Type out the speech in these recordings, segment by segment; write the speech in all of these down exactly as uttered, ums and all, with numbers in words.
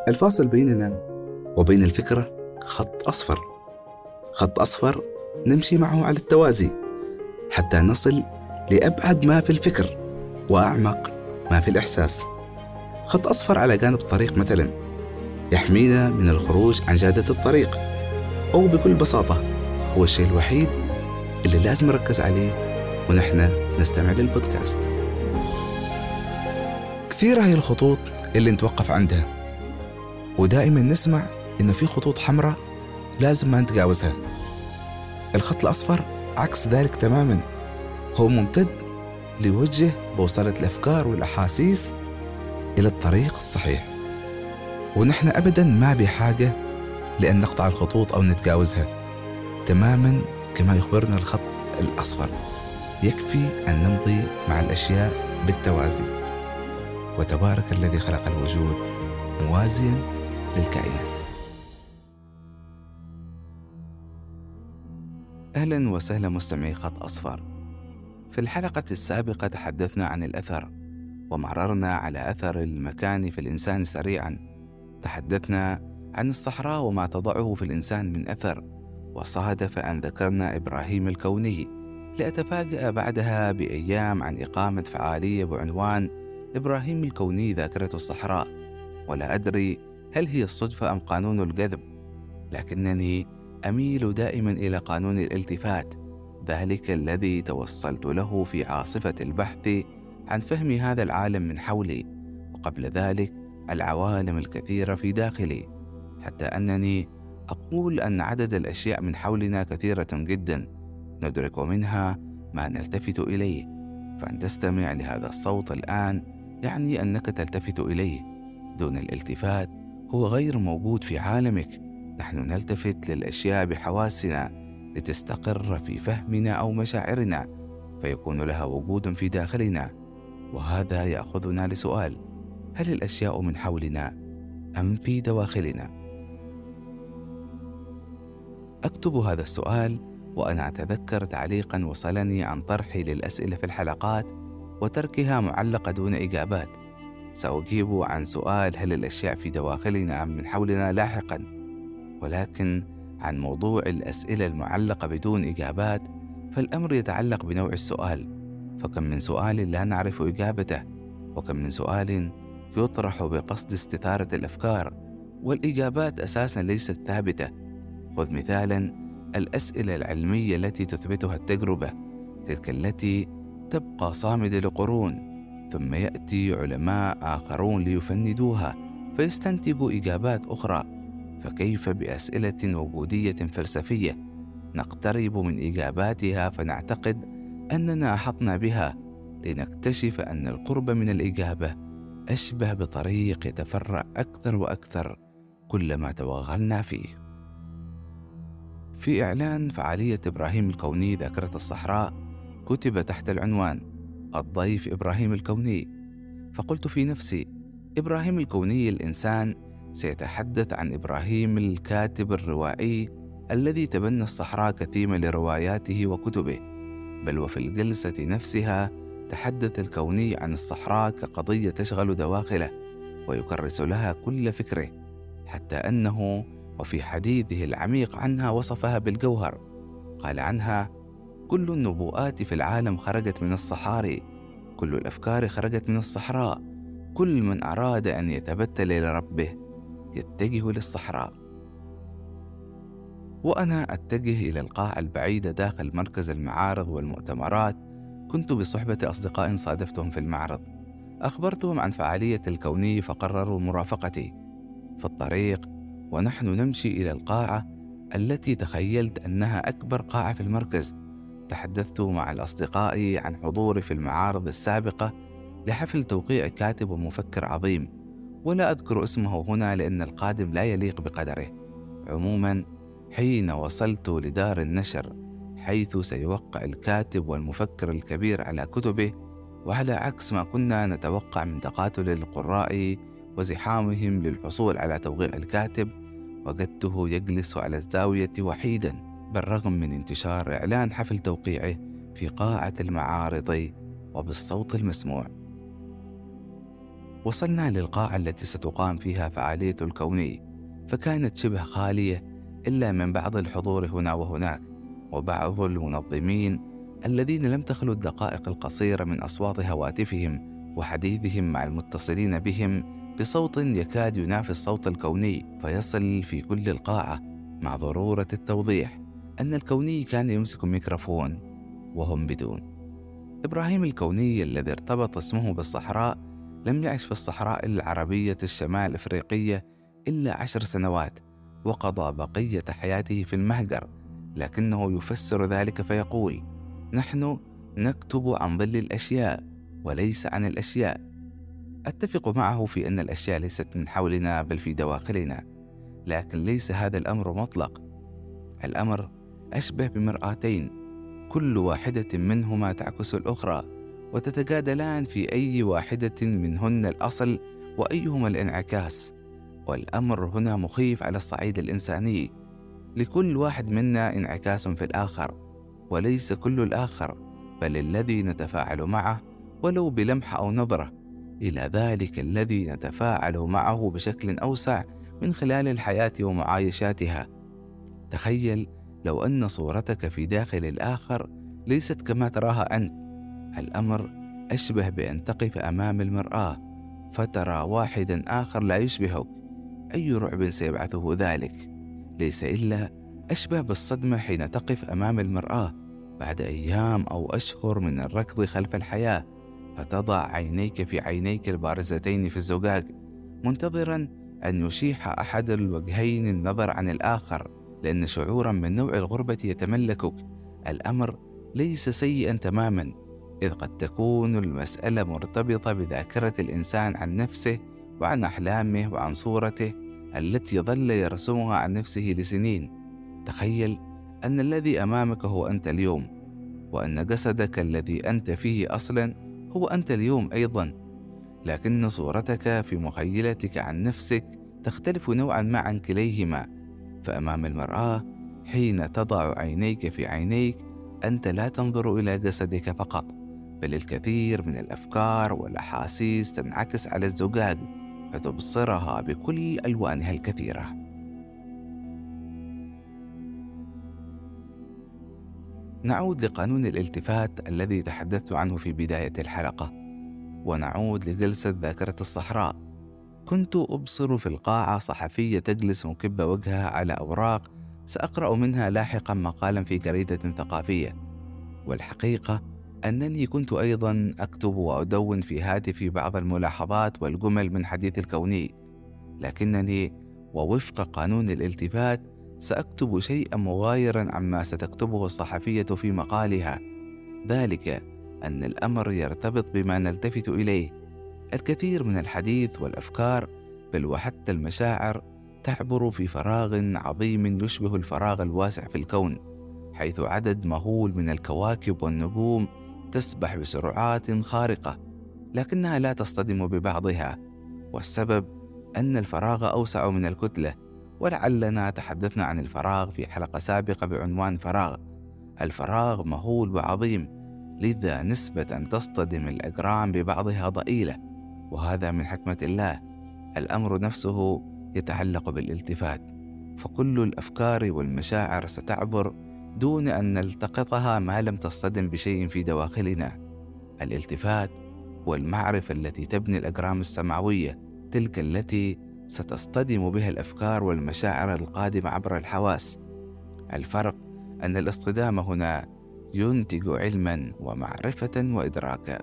الفاصل بيننا وبين الفكرة خط أصفر، خط أصفر نمشي معه على التوازي حتى نصل لأبعد ما في الفكر وأعمق ما في الإحساس. خط أصفر على جانب الطريق مثلا يحمينا من الخروج عن جادة الطريق، أو بكل بساطة هو الشيء الوحيد اللي لازم نركز عليه ونحن نستمع للبودكاست. كثيرة هي الخطوط اللي نتوقف عندها، ودائما نسمع إنه في خطوط حمراء لازم ما نتجاوزها. الخط الأصفر عكس ذلك تماما، هو ممتد ليوجه بوصلة الأفكار والأحاسيس إلى الطريق الصحيح، ونحن أبدا ما بحاجة لأن نقطع الخطوط أو نتجاوزها، تماما كما يخبرنا الخط الأصفر. يكفي أن نمضي مع الأشياء بالتوازي، وتبارك الذي خلق الوجود موازيا للكائنات. أهلا وسهلا مستمعي خط أصفر. في الحلقة السابقة تحدثنا عن الأثر، ومررنا على أثر المكان في الإنسان سريعا. تحدثنا عن الصحراء وما تضعه في الإنسان من أثر، وصادف أن ذكرنا إبراهيم الكوني، لأتفاجأ بعدها بأيام عن إقامة فعالية بعنوان إبراهيم الكوني ذاكرة الصحراء، ولا أدري هل هي الصدفة أم قانون الجذب، لكنني أميل دائما إلى قانون الالتفات، ذلك الذي توصلت له في عاصفة البحث عن فهم هذا العالم من حولي، وقبل ذلك العوالم الكثيرة في داخلي، حتى أنني أقول أن عدد الأشياء من حولنا كثيرة جدا، ندرك منها ما نلتفت إليه. فأن تستمع لهذا الصوت الآن يعني أنك تلتفت إليه. دون الالتفات هو غير موجود في عالمك. نحن نلتفت للأشياء بحواسنا لتستقر في فهمنا أو مشاعرنا، فيكون لها وجود في داخلنا. وهذا يأخذنا لسؤال: هل الأشياء من حولنا أم في دواخلنا؟ أكتب هذا السؤال وأنا أتذكر تعليقا وصلني عن طرحي للأسئلة في الحلقات وتركها معلقة دون إجابات. سأجيب عن سؤال هل الأشياء في دواخلنا أم من حولنا لاحقا، ولكن عن موضوع الأسئلة المعلقة بدون إجابات فالأمر يتعلق بنوع السؤال. فكم من سؤال لا نعرف إجابته، وكم من سؤال يطرح بقصد استثارة الأفكار والإجابات أساسا ليست ثابتة. خذ مثالا الأسئلة العلمية التي تثبتها التجربة، تلك التي تبقى صامدة لقرون، ثم يأتي علماء آخرون ليفندوها فيستنتجوا إجابات أخرى. فكيف بأسئلة وجودية فلسفية نقترب من إجاباتها فنعتقد أننا أحطنا بها، لنكتشف أن القرب من الإجابة أشبه بطريق يتفرع أكثر وأكثر كلما توغلنا فيه. في إعلان فعالية إبراهيم الكوني ذاكرة الصحراء كتب تحت العنوان الضيف إبراهيم الكوني، فقلت في نفسي: إبراهيم الكوني الإنسان سيتحدث عن إبراهيم الكاتب الروائي الذي تبنى الصحراء كثيما لرواياته وكتبه، بل وفي الجلسة نفسها تحدث الكوني عن الصحراء كقضية تشغل دواخله ويكرس لها كل فكره، حتى أنه وفي حديثه العميق عنها وصفها بالجوهر. قال عنها: كل النبوءات في العالم خرجت من الصحاري، كل الأفكار خرجت من الصحراء، كل من أراد أن يتبتل إلى ربه يتجه للصحراء. وأنا أتجه إلى القاعة البعيدة داخل مركز المعارض والمؤتمرات، كنت بصحبة أصدقاء صادفتهم في المعرض. أخبرتهم عن فعالية الكوني فقرروا مرافقتي. في الطريق ونحن نمشي إلى القاعة التي تخيلت أنها أكبر قاعة في المركز، تحدثت مع الأصدقاء عن حضوري في المعارض السابقة لحفل توقيع كاتب ومفكر عظيم، ولا أذكر اسمه هنا لأن القادم لا يليق بقدره. عموما، حين وصلت لدار النشر حيث سيوقع الكاتب والمفكر الكبير على كتبه، وعلى عكس ما كنا نتوقع من تقاتل القراء وزحامهم للحصول على توقيع الكاتب، وجدته يجلس على الزاوية وحيدا، بالرغم من انتشار إعلان حفل توقيعه في قاعة المعارض وبالصوت المسموع. وصلنا للقاعة التي ستقام فيها فعالية الكوني، فكانت شبه خالية إلا من بعض الحضور هنا وهناك، وبعض المنظمين الذين لم تخلو الدقائق القصيرة من أصوات هواتفهم وحديثهم مع المتصلين بهم بصوت يكاد ينافس صوت الكوني فيصل في كل القاعة، مع ضرورة التوضيح أن الكوني كان يمسك ميكروفون وهم بدون. إبراهيم الكوني الذي ارتبط اسمه بالصحراء لم يعش في الصحراء العربية الشمال الإفريقية إلا عشر سنوات، وقضى بقية حياته في المهجر، لكنه يفسر ذلك فيقول: نحن نكتب عن ظل الأشياء وليس عن الأشياء. أتفق معه في أن الأشياء ليست من حولنا بل في دواخلنا، لكن ليس هذا الأمر مطلق. الأمر أشبه بمرآتين، كل واحدة منهما تعكس الأخرى، وتتجادلان في أي واحدة منهن الأصل وأيهما الانعكاس. والأمر هنا مخيف على الصعيد الإنساني، لكل واحد منا انعكاس في الآخر، وليس كل الآخر بل الذي نتفاعل معه ولو بلمحة أو نظرة، إلى ذلك الذي نتفاعل معه بشكل أوسع من خلال الحياة ومعايشاتها. تخيل لو أن صورتك في داخل الآخر ليست كما تراها أنت. الأمر أشبه بأن تقف أمام المرآة فترى واحدا آخر لا يشبهك. أي رعب سيبعثه ذلك؟ ليس إلا أشبه بالصدمة حين تقف أمام المرآة بعد أيام أو أشهر من الركض خلف الحياة، فتضع عينيك في عينيك البارزتين في الزجاج، منتظرا أن يشيح أحد الوجهين النظر عن الآخر، لأن شعورا من نوع الغربة يتملكك. الأمر ليس سيئا تماما، إذ قد تكون المسألة مرتبطة بذاكرة الإنسان عن نفسه وعن أحلامه وعن صورته التي ظل يرسمها عن نفسه لسنين. تخيل أن الذي أمامك هو أنت اليوم، وأن جسدك الذي أنت فيه أصلا هو أنت اليوم أيضا، لكن صورتك في مخيلتك عن نفسك تختلف نوعا ما عن كليهما. فأمام المرآة حين تضع عينيك في عينيك أنت لا تنظر إلى جسدك فقط، بل الكثير من الأفكار والأحاسيس تنعكس على الزجاج فتبصرها بكل ألوانها الكثيرة. نعود لقانون الالتفات الذي تحدثت عنه في بداية الحلقة، ونعود لجلسة ذاكرة الصحراء. كنت أبصر في القاعة صحفية تجلس مكبة وجهها على أوراق سأقرأ منها لاحقا مقالا في جريدة ثقافية، والحقيقة أنني كنت أيضا أكتب وأدون في هاتفي بعض الملاحظات والجمل من حديث الكوني، لكنني ووفق قانون الالتفات سأكتب شيئا مغايرا عما ستكتبه الصحفية في مقالها، ذلك أن الأمر يرتبط بما نلتفت إليه. الكثير من الحديث والأفكار بل وحتى المشاعر تعبر في فراغ عظيم يشبه الفراغ الواسع في الكون، حيث عدد مهول من الكواكب والنجوم تسبح بسرعات خارقة، لكنها لا تصطدم ببعضها، والسبب أن الفراغ أوسع من الكتلة. ولعلنا تحدثنا عن الفراغ في حلقة سابقة بعنوان فراغ. الفراغ مهول وعظيم، لذا نسبة أن تصطدم الأجرام ببعضها ضئيلة، وهذا من حكمة الله. الأمر نفسه يتعلق بالالتفات، فكل الأفكار والمشاعر ستعبر دون أن نلتقطها ما لم تصطدم بشيء في دواخلنا. الالتفات والمعرفة التي تبني الأجرام السمعوية، تلك التي ستصطدم بها الأفكار والمشاعر القادمة عبر الحواس. الفرق أن الاصطدام هنا ينتج علما ومعرفة وإدراكا.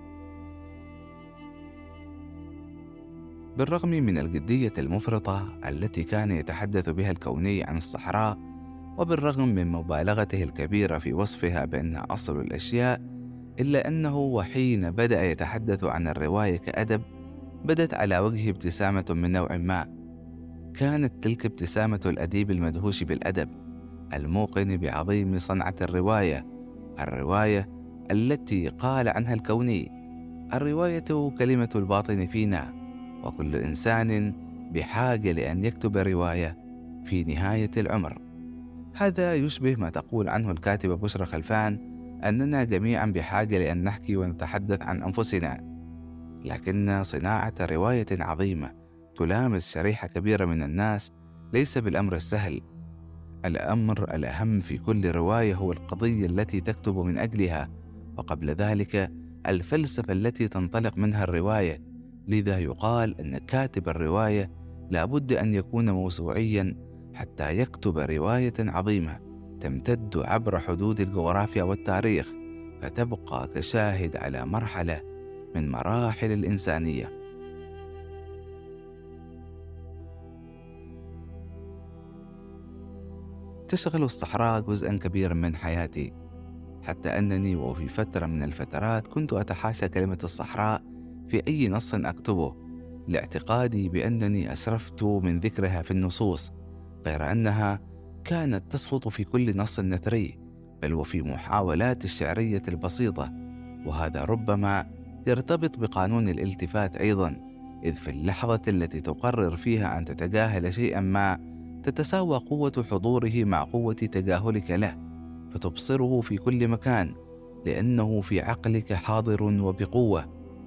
بالرغم من الجدية المفرطة التي كان يتحدث بها الكوني عن الصحراء، وبالرغم من مبالغته الكبيرة في وصفها بأنها أصل الأشياء، إلا أنه وحين بدأ يتحدث عن الرواية كأدب بدت على وجهه ابتسامة من نوع ما. كانت تلك ابتسامة الأديب المدهوش بالأدب، الموقن بعظيم صنعة الرواية، الرواية التي قال عنها الكوني: الرواية كلمة الباطن فينا، وكل إنسان بحاجة لأن يكتب رواية في نهاية العمر. هذا يشبه ما تقول عنه الكاتبة بشرى خلفان أننا جميعا بحاجة لأن نحكي ونتحدث عن أنفسنا. لكن صناعة رواية عظيمة تلامس شريحة كبيرة من الناس ليس بالأمر السهل. الأمر الأهم في كل رواية هو القضية التي تكتب من أجلها، وقبل ذلك الفلسفة التي تنطلق منها الرواية. لذا يقال أن كاتب الرواية لابد أن يكون موسوعيا حتى يكتب رواية عظيمة تمتد عبر حدود الجغرافيا والتاريخ، فتبقى كشاهد على مرحلة من مراحل الإنسانية. تشغل الصحراء جزءا كبيرا من حياتي، حتى أنني وفي فترة من الفترات كنت أتحاشى كلمة الصحراء في أي نص أكتبه، لاعتقادي بأنني أسرفت من ذكرها في النصوص، غير أنها كانت تسقط في كل نص نثري، بل وفي محاولات الشعرية البسيطة. وهذا ربما يرتبط بقانون الالتفات أيضا، إذ في اللحظة التي تقرر فيها أن تتجاهل شيئا ما تتساوى قوة حضوره مع قوة تجاهلك له، فتبصره في كل مكان لأنه في عقلك حاضر وبقوة.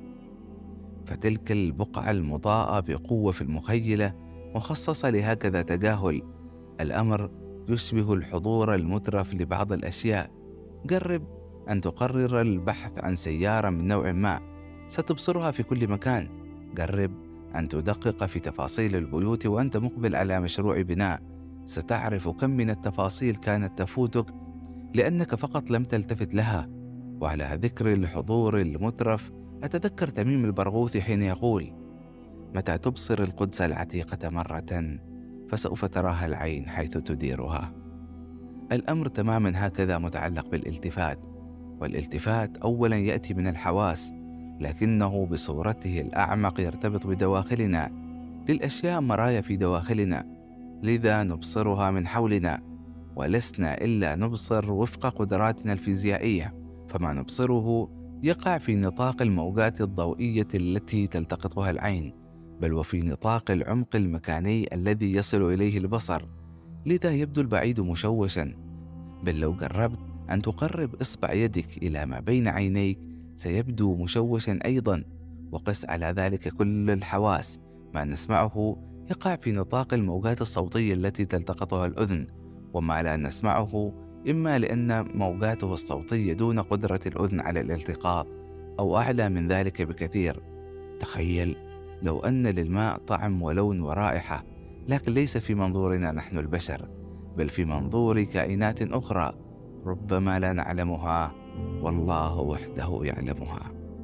فتلك البقعة المضاءة بقوة في المخيلة مخصصة لهكذا تجاهل. الأمر يشبه الحضور المترف لبعض الأشياء. جرب أن تقرر البحث عن سيارة من نوع ما، ستبصرها في كل مكان. جرب أن تدقق في تفاصيل البيوت وأنت مقبل على مشروع بناء، ستعرف كم من التفاصيل كانت تفوتك لأنك فقط لم تلتفت لها. وعلى ذكر الحضور المترف، أتذكر تميم البرغوثي حين يقول: متى تبصر القدس العتيقة مرة فسوف تراها العين حيث تديرها. الأمر تماما هكذا متعلق بالالتفات، والالتفات أولا يأتي من الحواس، لكنه بصورته الأعمق يرتبط بدواخلنا. للأشياء مرايا في دواخلنا، لذا نبصرها من حولنا، ولسنا إلا نبصر وفق قدراتنا الفيزيائية، فما نبصره يقع في نطاق الموجات الضوئية التي تلتقطها العين، بل وفي نطاق العمق المكاني الذي يصل إليه البصر، لذا يبدو البعيد مشوشا. بل لو جربت أن تقرب إصبع يدك إلى ما بين عينيك سيبدو مشوشا أيضا. وقس على ذلك كل الحواس، ما نسمعه يقع في نطاق الموجات الصوتية التي تلتقطها الأذن، وما لا نسمعه إما لأن موجاته الصوتية دون قدرة الأذن على الالتقاط، أو أعلى من ذلك بكثير. تخيل لو أن للماء طعم ولون ورائحة، لكن ليس في منظورنا نحن البشر، بل في منظور كائنات أخرى ربما لا نعلمها، والله وحده يعلمها.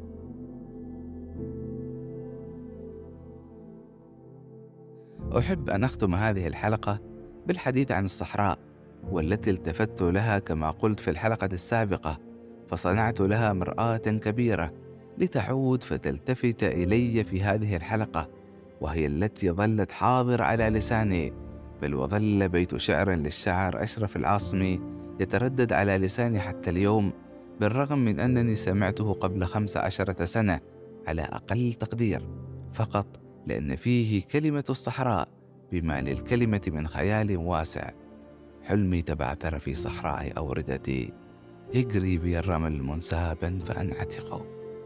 أحب أن أختم هذه الحلقة بالحديث عن الصحراء، والتي التفت لها كما قلت في الحلقة السابقة، فصنعت لها مرآة كبيرة لتعود فتلتفت إلي في هذه الحلقة، وهي التي ظلت حاضر على لساني، بل وظل بيت شعر للشاعر أشرف العاصمي يتردد على لساني حتى اليوم، بالرغم من أنني سمعته قبل خمس عشرة سنة على أقل تقدير، فقط لأن فيه كلمة الصحراء بما للكلمة من خيال واسع. حلمي تبعثر في صحراء أوردتي، يجري بي الرمل منسابا فأنعتقه.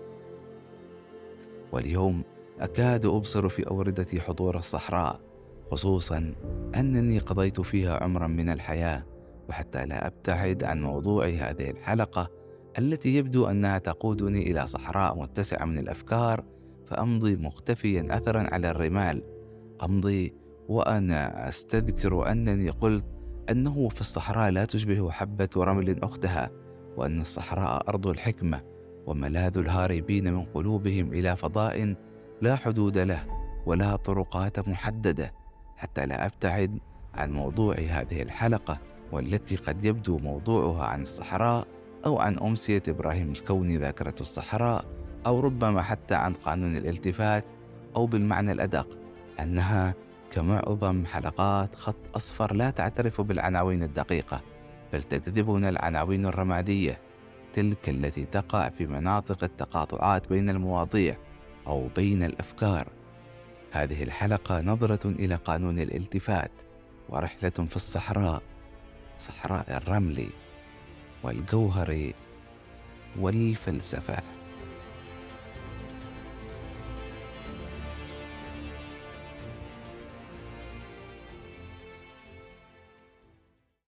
واليوم أكاد أبصر في أوردتي حضور الصحراء، خصوصا أنني قضيت فيها عمرا من الحياة. وحتى لا أبتعد عن موضوع هذه الحلقة التي يبدو أنها تقودني إلى صحراء متسعة من الأفكار، فأمضي مختفيا أثرا على الرمال. أمضي وأنا أستذكر أنني قلت أنه في الصحراء لا تشبه حبة رمل أختها، وأن الصحراء أرض الحكمة وملاذ الهاربين من قلوبهم إلى فضاء لا حدود له ولا طرقات محددة. حتى لا أبتعد عن موضوع هذه الحلقة، والتي قد يبدو موضوعها عن الصحراء، أو عن أمسية إبراهيم الكوني ذاكرة الصحراء، أو ربما حتى عن قانون الالتفات، أو بالمعنى الأدق أنها كمعظم حلقات خط أصفر لا تعترف بالعناوين الدقيقة، بل تجذبنا العناوين الرمادية، تلك التي تقع في مناطق التقاطعات بين المواضيع أو بين الأفكار. هذه الحلقة نظرة إلى قانون الالتفات، ورحلة في الصحراء، صحراء الرمل والجوهر والفلسفة.